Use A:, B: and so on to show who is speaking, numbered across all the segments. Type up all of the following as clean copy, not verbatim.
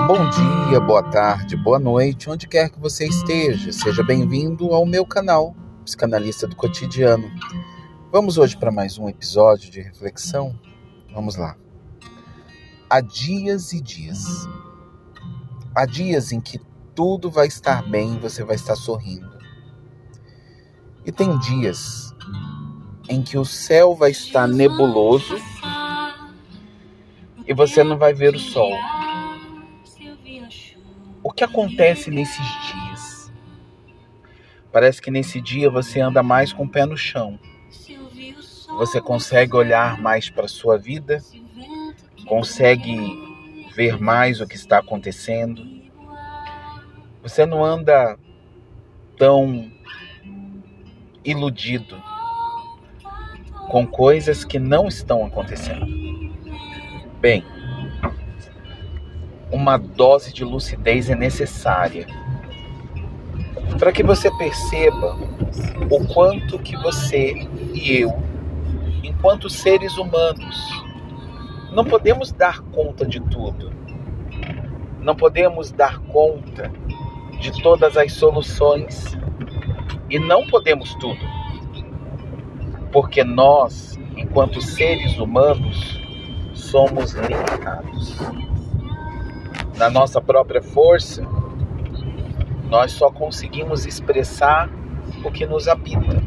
A: Bom dia, boa tarde, boa noite, onde quer que você esteja. Seja bem-vindo ao meu canal, Psicanalista do Cotidiano. Vamos hoje para mais um episódio de reflexão? Vamos lá. Há dias e dias. Há dias em que tudo vai estar bem e você vai estar sorrindo. E tem dias em que o céu vai estar nebuloso e você não vai ver o sol. O que acontece nesses dias? Parece que nesse dia você anda mais com o pé no chão. Você consegue olhar mais para a sua vida, consegue ver mais o que está acontecendo. Você não anda tão iludido com coisas que não estão acontecendo. Bem, uma dose de lucidez é necessária para que você perceba o quanto que você e eu, enquanto seres humanos, não podemos dar conta de tudo. Não podemos dar conta de todas as soluções e não podemos tudo. Porque nós, enquanto seres humanos, somos limitados. Na nossa própria força, nós só conseguimos expressar o que nos habita.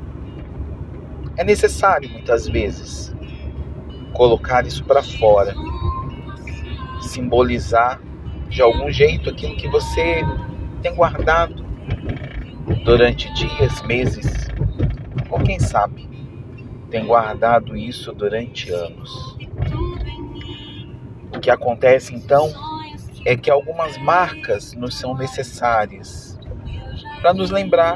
A: É necessário, muitas vezes, colocar isso para fora, simbolizar de algum jeito aquilo que você tem guardado durante dias, meses, ou quem sabe, tem guardado isso durante anos. O que acontece então é que algumas marcas nos são necessárias para nos lembrar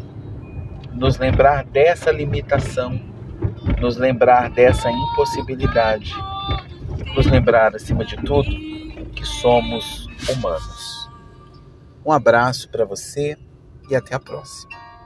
A: dessa limitação, nos lembrar dessa impossibilidade, nos lembrar, acima de tudo, que somos humanos. Um abraço para você e até a próxima.